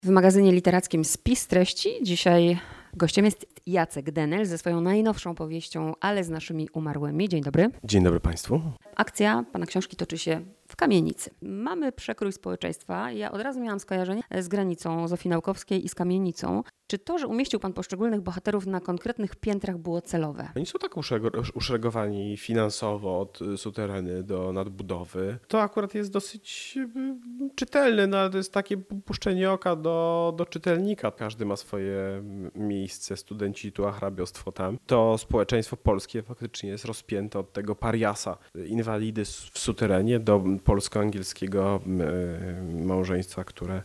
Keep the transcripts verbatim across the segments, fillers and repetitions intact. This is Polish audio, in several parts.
W magazynie literackim Spis Treści dzisiaj gościem jest Jacek Denel ze swoją najnowszą powieścią Ale z naszymi umarłymi. Dzień dobry. Dzień dobry Państwu. Akcja pana książki toczy się w kamienicy. Mamy przekrój społeczeństwa. Ja od razu miałam skojarzenie z granicą Zofii Naukowskiej i z kamienicą. Czy to, że umieścił pan poszczególnych bohaterów na konkretnych piętrach, było celowe? Oni są tak uszeregowani finansowo od sutereny do nadbudowy. To akurat jest dosyć czytelne, no ale to jest takie puszczenie oka do, do czytelnika. Każdy ma swoje miejsce, studenci tu, a hrabiostwo tam. To społeczeństwo polskie faktycznie jest rozpięte od tego pariasa, inwalidy w suterenie do polsko-angielskiego małżeństwa, które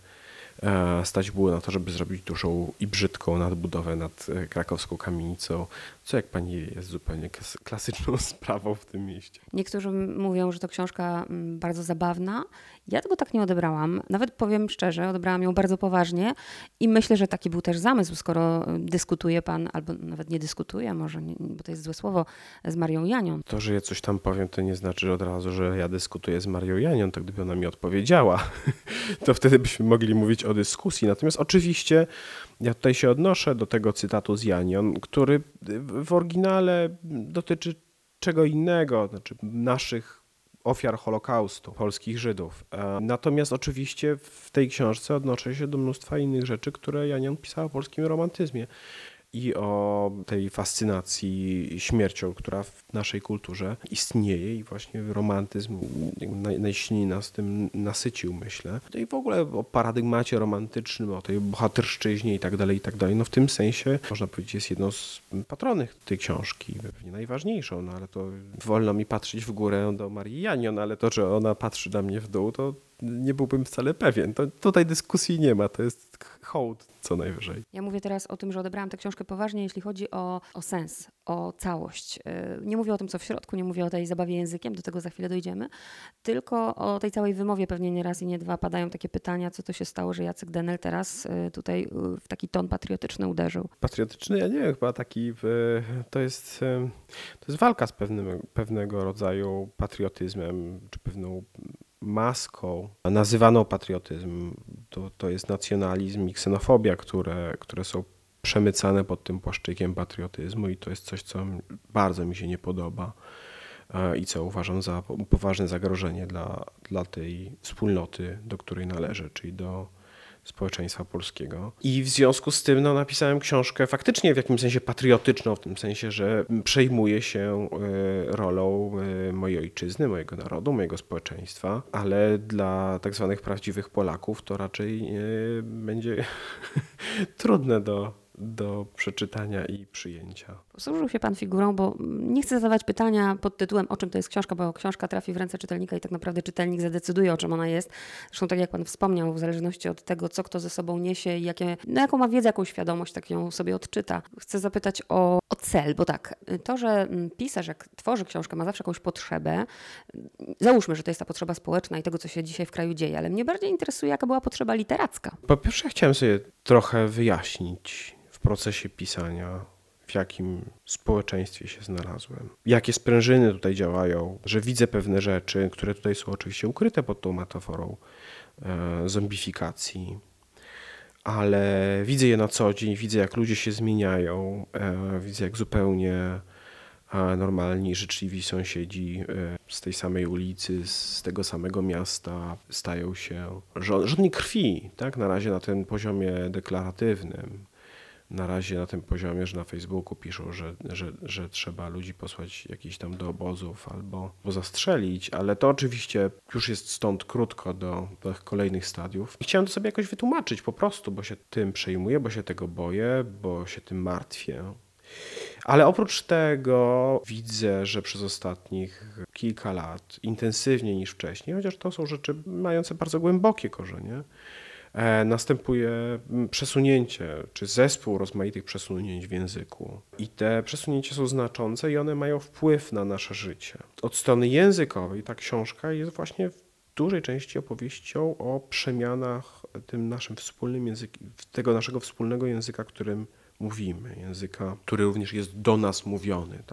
stać było na to, żeby zrobić dużą i brzydką nadbudowę nad krakowską kamienicą, co jak pani wie, jest zupełnie klasyczną sprawą w tym mieście. Niektórzy mówią, że to książka bardzo zabawna. Ja tego tak nie odebrałam. Nawet powiem szczerze, odebrałam ją bardzo poważnie i myślę, że taki był też zamysł, skoro dyskutuje pan, albo nawet nie dyskutuje, może, nie, bo to jest złe słowo, z Marią Janion. To, że ja coś tam powiem, to nie znaczy od razu, że ja dyskutuję z Marią Janion, to gdyby ona mi odpowiedziała, to wtedy byśmy mogli mówić o dyskusji. Natomiast oczywiście ja tutaj się odnoszę do tego cytatu z Janion, który w oryginale dotyczy czego innego, znaczy naszych ofiar Holokaustu, polskich Żydów. Natomiast oczywiście w tej książce odnoszę się do mnóstwa innych rzeczy, które Janion pisała o polskim romantyzmie i o tej fascynacji śmiercią, która w naszej kulturze istnieje i właśnie romantyzm naj, najsilniej nas tym nasycił, myślę. No i w ogóle o paradygmacie romantycznym, o tej bohaterszczyźnie i tak dalej, i tak dalej. No w tym sensie, można powiedzieć, jest jedną z patronych tej książki, pewnie najważniejszą, no ale to wolno mi patrzeć w górę do Marii Janion, ale to, że ona patrzy na mnie w dół, to nie byłbym wcale pewien. To, tutaj dyskusji nie ma, to jest hołd co najwyżej. Ja mówię teraz o tym, że odebrałam tę książkę poważnie, jeśli chodzi o, o sens, o całość. Nie mówię o tym, co w środku, nie mówię o tej zabawie językiem, do tego za chwilę dojdziemy, tylko o tej całej wymowie. Pewnie nie raz i nie dwa padają takie pytania, co to się stało, że Jacek Denel teraz tutaj w taki ton patriotyczny uderzył. Patriotyczny? Ja nie wiem, chyba taki, to jest, to jest walka z pewnym, pewnego rodzaju patriotyzmem, czy pewną maską nazywaną patriotyzm. To, to jest nacjonalizm i ksenofobia, które, które są przemycane pod tym płaszczykiem patriotyzmu i to jest coś, co bardzo mi się nie podoba i co uważam za poważne zagrożenie dla, dla tej wspólnoty, do której należę, czyli do społeczeństwa polskiego. I w związku z tym no, napisałem książkę faktycznie w jakimś sensie patriotyczną, w tym sensie, że przejmuję się rolą mojej ojczyzny, mojego narodu, mojego społeczeństwa, ale dla tak zwanych prawdziwych Polaków to raczej będzie trudne do do przeczytania i przyjęcia. Posłużył się pan figurą, bo nie chcę zadawać pytania pod tytułem, o czym to jest książka, bo książka trafi w ręce czytelnika i tak naprawdę czytelnik zadecyduje, o czym ona jest. Zresztą tak jak pan wspomniał, w zależności od tego, co kto ze sobą niesie i jakie, no jaką ma wiedzę, jaką świadomość, tak ją sobie odczyta. Chcę zapytać o, o cel, bo tak, to, że pisarz jak tworzy książkę, ma zawsze jakąś potrzebę, załóżmy, że to jest ta potrzeba społeczna i tego, co się dzisiaj w kraju dzieje, ale mnie bardziej interesuje, jaka była potrzeba literacka. Po pierwsze chciałem sobie trochę wyjaśnić w procesie pisania, w jakim społeczeństwie się znalazłem. Jakie sprężyny tutaj działają, że widzę pewne rzeczy, które tutaj są oczywiście ukryte pod tą metaforą e, zombifikacji, ale widzę je na co dzień, widzę jak ludzie się zmieniają, e, widzę jak zupełnie e, normalni, życzliwi sąsiedzi e, z tej samej ulicy, z tego samego miasta stają się żadnej krwi, tak? Na razie na tym poziomie deklaratywnym. Na razie na tym poziomie, że na Facebooku piszą, że, że, że trzeba ludzi posłać jakiś tam do obozów albo zastrzelić, ale to oczywiście już jest stąd krótko do, do kolejnych stadiów. I chciałem to sobie jakoś wytłumaczyć po prostu, bo się tym przejmuję, bo się tego boję, bo się tym martwię. Ale oprócz tego widzę, że przez ostatnich kilka lat intensywniej niż wcześniej, chociaż to są rzeczy mające bardzo głębokie korzenie, następuje przesunięcie, czy zespół rozmaitych przesunięć w języku. I te przesunięcia są znaczące i one mają wpływ na nasze życie. Od strony językowej ta książka jest właśnie w dużej części opowieścią o przemianach tym naszym wspólnym językiem, tego naszego wspólnego języka, którym mówimy. Języka, który również jest do nas mówiony, tak?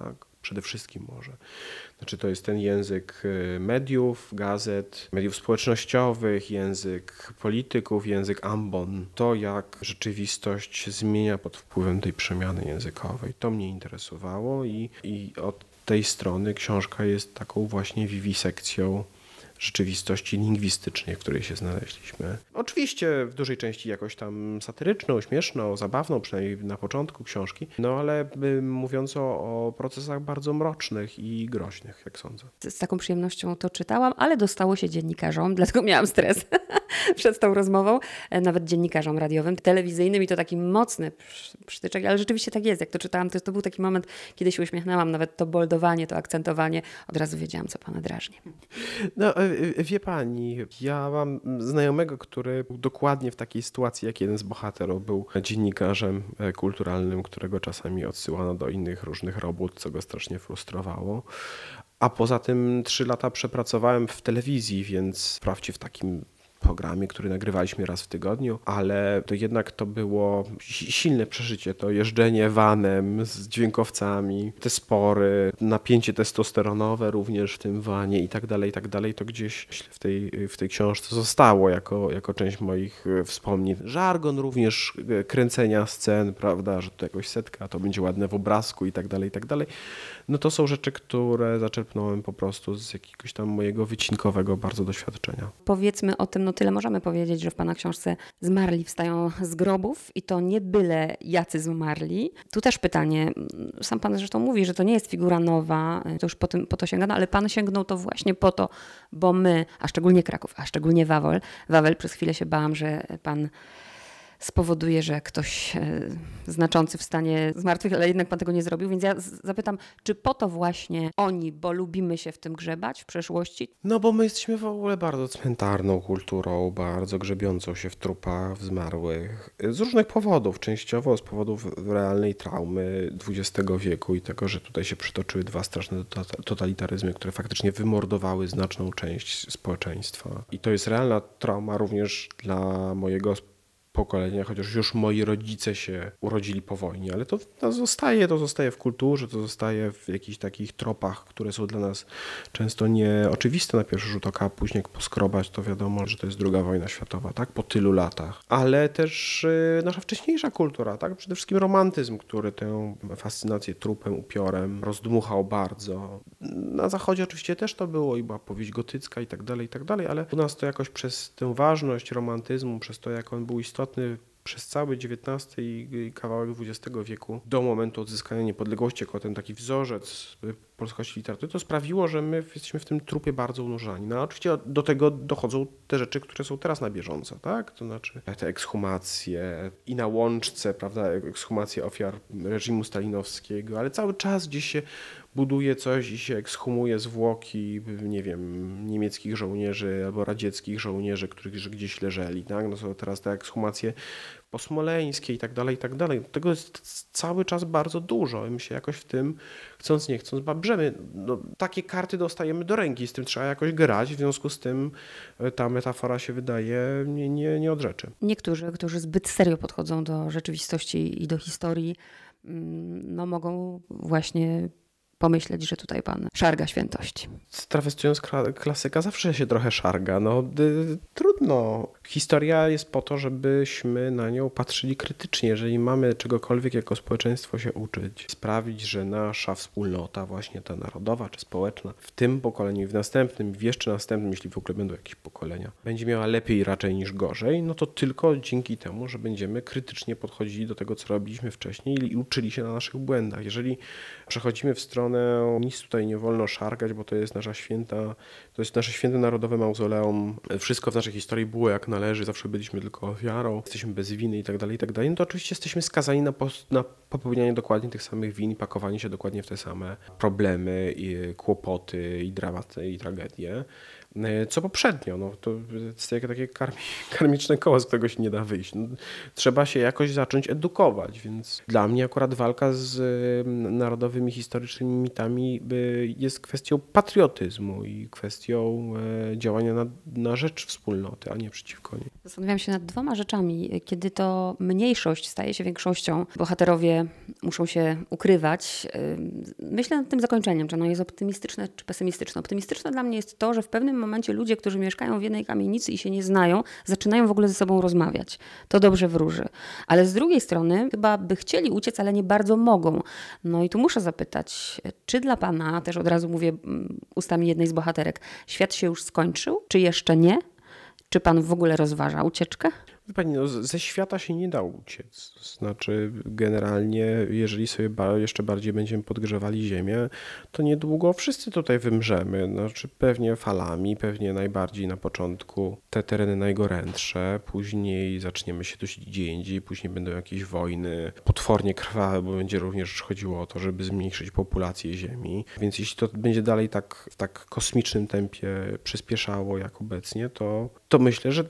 przede wszystkim może. Znaczy to jest ten język mediów, gazet, mediów społecznościowych, język polityków, język ambon. To, jak rzeczywistość zmienia pod wpływem tej przemiany językowej. To mnie interesowało i, i od tej strony książka jest taką właśnie wiwisekcją rzeczywistości lingwistycznej, w której się znaleźliśmy. Oczywiście w dużej części jakoś tam satyryczną, śmieszną, zabawną, przynajmniej na początku książki, no ale mówiąc o, o procesach bardzo mrocznych i groźnych, jak sądzę. Z taką przyjemnością to czytałam, ale dostało się dziennikarzom, dlatego miałam stres przed tą rozmową, nawet dziennikarzom radiowym, telewizyjnym i to taki mocny przytyczek, ale rzeczywiście tak jest. Jak to czytałam, to, to był taki moment, kiedy się uśmiechnęłam, nawet to boldowanie, to akcentowanie, od razu wiedziałam, co pana drażni. No, wie pani, ja mam znajomego, który był dokładnie w takiej sytuacji, jak jeden z bohaterów. Był dziennikarzem kulturalnym, którego czasami odsyłano do innych różnych robót, co go strasznie frustrowało. A poza tym trzy lata przepracowałem w telewizji, więc wprawdzie w takim programie, który nagrywaliśmy raz w tygodniu, ale to jednak to było silne przeżycie, to jeżdżenie vanem z dźwiękowcami, te spory, napięcie testosteronowe również w tym vanie i tak dalej, i tak dalej, to gdzieś w tej, w tej książce zostało jako, jako część moich wspomnień. Żargon również kręcenia scen, prawda, że to jakoś setka, to będzie ładne w obrazku i tak dalej, i tak dalej. No to są rzeczy, które zaczerpnąłem po prostu z jakiegoś tam mojego wycinkowego bardzo doświadczenia. Powiedzmy o tym, no tyle możemy powiedzieć, że w pana książce zmarli wstają z grobów i to nie byle jacy zmarli. Tu też pytanie, sam pan zresztą mówi, że to nie jest figura nowa, to już po, tym, po to sięgano, ale pan sięgnął to właśnie po to, bo my, a szczególnie Kraków, a szczególnie Wawel, Wawel, przez chwilę się bałam, że pan spowoduje, że ktoś e, znaczący wstanie z martwych, ale jednak pan tego nie zrobił, więc ja z- zapytam, czy po to właśnie oni, bo lubimy się w tym grzebać w przeszłości? No bo my jesteśmy w ogóle bardzo cmentarną kulturą, bardzo grzebiącą się w trupach w zmarłych. Z różnych powodów, częściowo z powodów realnej traumy dwudziestego wieku i tego, że tutaj się przytoczyły dwa straszne totalitaryzmy, które faktycznie wymordowały znaczną część społeczeństwa. I to jest realna trauma również dla mojego pokolenia, chociaż już moi rodzice się urodzili po wojnie, ale to, to zostaje, to zostaje w kulturze, to zostaje w jakichś takich tropach, które są dla nas często nieoczywiste na pierwszy rzut oka, a później jak poskrobać, to wiadomo, że to jest druga wojna światowa, tak, po tylu latach. Ale też y, nasza wcześniejsza kultura, tak, przede wszystkim romantyzm, który tę fascynację trupem, upiorem rozdmuchał bardzo. Na zachodzie oczywiście też to było i była powieść gotycka i tak dalej, i tak dalej, ale u nas to jakoś przez tę ważność romantyzmu, przez to, jak on był istotny przez cały dziewiętnasty i kawałek dwudziestego wieku do momentu odzyskania niepodległości, jako ten taki wzorzec polskości literatury, to sprawiło, że my jesteśmy w tym trupie bardzo unurzani. No a oczywiście do tego dochodzą te rzeczy, które są teraz na bieżąco, tak? To znaczy te ekshumacje i na Łączce, prawda, ekshumacje ofiar reżimu stalinowskiego, ale cały czas gdzieś się buduje coś i się ekshumuje zwłoki, nie wiem, niemieckich żołnierzy albo radzieckich żołnierzy, którzy gdzieś leżeli, tak? No są teraz te ekshumacje posmoleńskie i tak dalej, i tak dalej. Tego jest cały czas bardzo dużo i my się jakoś w tym, chcąc nie chcąc, babrzemy. No, takie karty dostajemy do ręki, z tym trzeba jakoś grać, w związku z tym ta metafora się wydaje nie, nie, nie od rzeczy. Niektórzy, którzy zbyt serio podchodzą do rzeczywistości i do historii, no mogą właśnie pomyśleć, że tutaj pan szarga świętości. Trawestując klasyka, zawsze się trochę szarga. No, y, trudno. Historia jest po to, żebyśmy na nią patrzyli krytycznie. Jeżeli mamy czegokolwiek jako społeczeństwo się uczyć, sprawić, że nasza wspólnota, właśnie ta narodowa czy społeczna, w tym pokoleniu i w następnym, w jeszcze następnym, jeśli w ogóle będą jakieś pokolenia, będzie miała lepiej raczej niż gorzej, no to tylko dzięki temu, że będziemy krytycznie podchodzili do tego, co robiliśmy wcześniej i uczyli się na naszych błędach. Jeżeli przechodzimy w stronę nic tutaj nie wolno szargać, bo to jest nasza święta, to jest nasze święte narodowe mauzoleum. Wszystko w naszej historii było jak należy, zawsze byliśmy tylko ofiarą, jesteśmy bez winy i tak dalej, i tak dalej. No to oczywiście jesteśmy skazani na, pos- na popełnianie dokładnie tych samych win i pakowanie się dokładnie w te same problemy, i kłopoty, i dramaty, i tragedie. co poprzednio. No, to jest jak takie karmi, karmiczne koło, z którego się nie da wyjść. No, trzeba się jakoś zacząć edukować, więc dla mnie akurat walka z narodowymi, historycznymi mitami jest kwestią patriotyzmu i kwestią działania na, na rzecz wspólnoty, a nie przeciwko niej. Zastanawiam się nad dwoma rzeczami. Kiedy to mniejszość staje się większością, bohaterowie muszą się ukrywać. Myślę nad tym zakończeniem, czy ono jest optymistyczne, czy pesymistyczne. Optymistyczne dla mnie jest to, że w pewnym momencie ludzie, którzy mieszkają w jednej kamienicy i się nie znają, zaczynają w ogóle ze sobą rozmawiać. To dobrze wróży. Ale z drugiej strony chyba by chcieli uciec, ale nie bardzo mogą. No i tu muszę zapytać, czy dla pana, też od razu mówię ustami jednej z bohaterek, świat się już skończył, czy jeszcze nie? Czy pan w ogóle rozważa ucieczkę? Wie pani, no, ze świata się nie da uciec. Znaczy generalnie, jeżeli sobie ba- jeszcze bardziej będziemy podgrzewali ziemię, to niedługo wszyscy tutaj wymrzemy. Znaczy pewnie falami, pewnie najbardziej na początku te tereny najgorętsze, później zaczniemy się dusić gdzie indziej, później będą jakieś wojny potwornie krwawe, bo będzie również chodziło o to, żeby zmniejszyć populację ziemi. Więc jeśli to będzie dalej tak w tak kosmicznym tempie przyspieszało jak obecnie, to, to myślę, że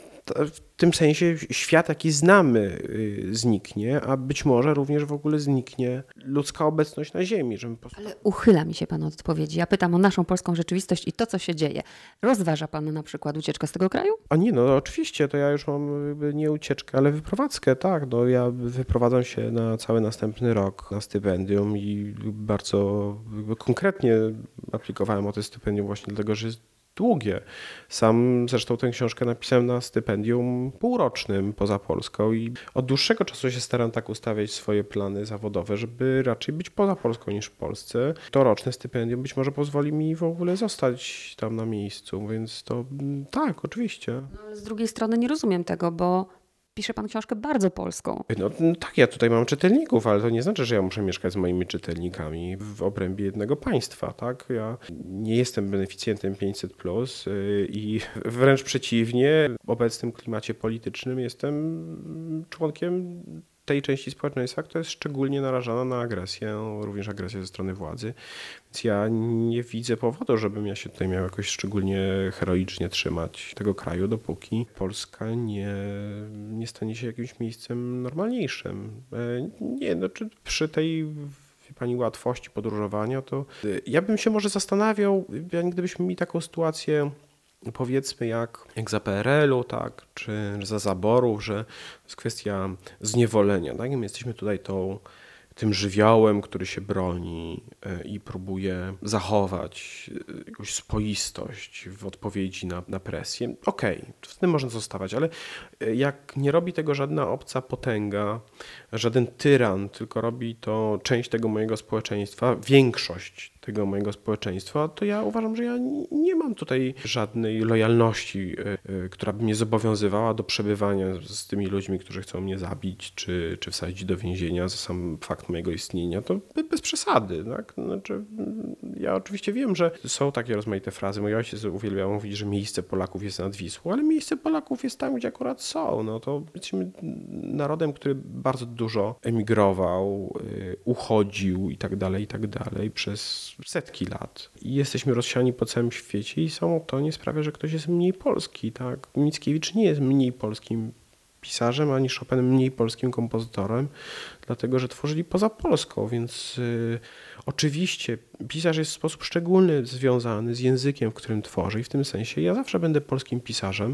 w tym sensie świat, jaki znamy, zniknie, a być może również w ogóle zniknie ludzka obecność na Ziemi. Żeby po prostu... Ale uchyla mi się pan od odpowiedzi. Ja pytam o naszą polską rzeczywistość i to, co się dzieje. Rozważa pan na przykład ucieczkę z tego kraju? A nie, no oczywiście, to ja już mam nie ucieczkę, ale wyprowadzkę, tak. No, ja wyprowadzam się na cały następny rok na stypendium i bardzo konkretnie aplikowałem o to stypendium właśnie dlatego, że długie. Sam zresztą tę książkę napisałem na stypendium półrocznym poza Polską i od dłuższego czasu się staram tak ustawiać swoje plany zawodowe, żeby raczej być poza Polską niż w Polsce. To roczne stypendium być może pozwoli mi w ogóle zostać tam na miejscu, więc to tak, oczywiście. No, ale z drugiej strony nie rozumiem tego, bo pisze pan książkę bardzo polską. No, no tak, ja tutaj mam czytelników, ale to nie znaczy, że ja muszę mieszkać z moimi czytelnikami w obrębie jednego państwa, tak? Ja nie jestem beneficjentem pięćset plus i wręcz przeciwnie, w obecnym klimacie politycznym jestem członkiem tej części społeczeństwa, która jest szczególnie narażona na agresję, również agresję ze strony władzy. Więc ja nie widzę powodu, żebym ja się tutaj miał jakoś szczególnie heroicznie trzymać tego kraju, dopóki Polska nie, nie stanie się jakimś miejscem normalniejszym. Nie, no czy przy tej wie pani łatwości podróżowania, to ja bym się może zastanawiał, gdybyśmy mieli taką sytuację, powiedzmy jak, jak za P R L-u, tak, czy za zaborów, że to jest kwestia zniewolenia. Tak? My jesteśmy tutaj tą, tym żywiołem, który się broni i próbuje zachować jakąś spoistość w odpowiedzi na, na presję. Okej, okay, w tym można zostawać, ale jak nie robi tego żadna obca potęga, żaden tyran, tylko robi to część tego mojego społeczeństwa, większość tego mojego społeczeństwa, to ja uważam, że ja nie mam tutaj żadnej lojalności, która by mnie zobowiązywała do przebywania z tymi ludźmi, którzy chcą mnie zabić, czy, czy wsadzić do więzienia za sam fakt mojego istnienia. To bez przesady. Tak? Znaczy, ja oczywiście wiem, że są takie rozmaite frazy. Mój ojciec uwielbiał mówić, że miejsce Polaków jest nad Wisłą, ale miejsce Polaków jest tam, gdzie akurat są. No to jesteśmy narodem, który bardzo dużo emigrował, uchodził i tak dalej, i tak dalej przez setki lat. I jesteśmy rozsiani po całym świecie i samo to nie sprawia, że ktoś jest mniej polski. Tak? Mickiewicz nie jest mniej polskim pisarzem, ani Chopin mniej polskim kompozytorem, dlatego że tworzyli poza Polską, więc y, oczywiście pisarz jest w sposób szczególny związany z językiem, w którym tworzy i w tym sensie ja zawsze będę polskim pisarzem,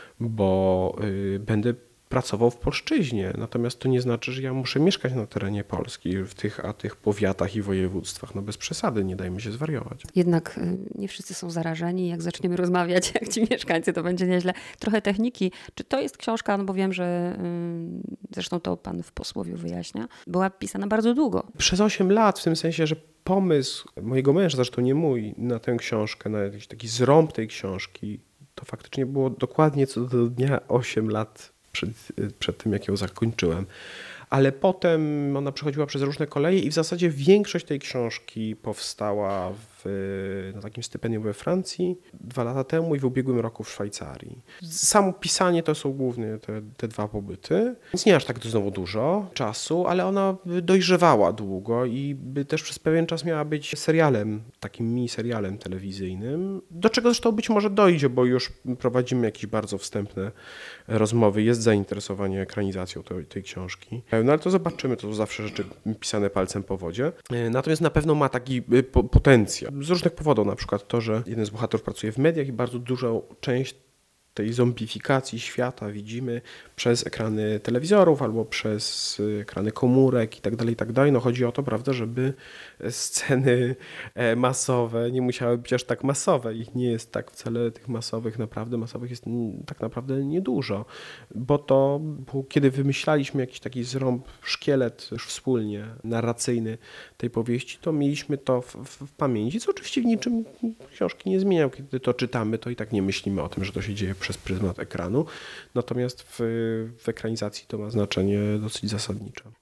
bo y, będę pracował w polszczyźnie, natomiast to nie znaczy, że ja muszę mieszkać na terenie Polski, w tych a tych powiatach i województwach. No bez przesady, nie dajmy się zwariować. Jednak nie wszyscy są zarażeni. Jak zaczniemy rozmawiać, jak ci mieszkańcy, to będzie nieźle. Trochę techniki. Czy to jest książka, no bo wiem, że zresztą to pan w posłowiu wyjaśnia, była pisana bardzo długo. Przez osiem lat, w tym sensie, że pomysł mojego męża, zresztą nie mój, na tę książkę, na jakiś taki zrąb tej książki, to faktycznie było dokładnie co do dnia osiem lat Przed, przed tym, jak ją zakończyłem. ale potem ona przechodziła przez różne koleje i w zasadzie większość tej książki powstała w, na takim stypendium we Francji dwa lata temu i w ubiegłym roku w Szwajcarii. Samo pisanie to są głównie te, te dwa pobyty, więc nie aż tak znowu dużo czasu, ale ona dojrzewała długo i by też przez pewien czas miała być serialem, takim mini-serialem telewizyjnym, do czego zresztą być może dojdzie, bo już prowadzimy jakieś bardzo wstępne rozmowy, jest zainteresowanie ekranizacją tej, tej książki. No ale to zobaczymy, to są zawsze rzeczy pisane palcem po wodzie. Natomiast na pewno ma taki potencjał. Z różnych powodów, na przykład to, że jeden z bohaterów pracuje w mediach i bardzo dużą część tej zombifikacji świata widzimy przez ekrany telewizorów albo przez ekrany komórek i tak dalej, i tak dalej. No chodzi o to, prawda, żeby sceny masowe nie musiały być aż tak masowe. Ich nie jest tak wcale tych masowych, naprawdę masowych jest tak naprawdę niedużo. Bo to, bo kiedy wymyślaliśmy jakiś taki zrąb, szkielet już wspólnie narracyjny tej powieści, to mieliśmy to w, w, w pamięci, co oczywiście w niczym książki nie zmienia. Kiedy to czytamy, to i tak nie myślimy o tym, że to się dzieje przez pryzmat ekranu. Natomiast w, w ekranizacji to ma znaczenie dosyć zasadnicze.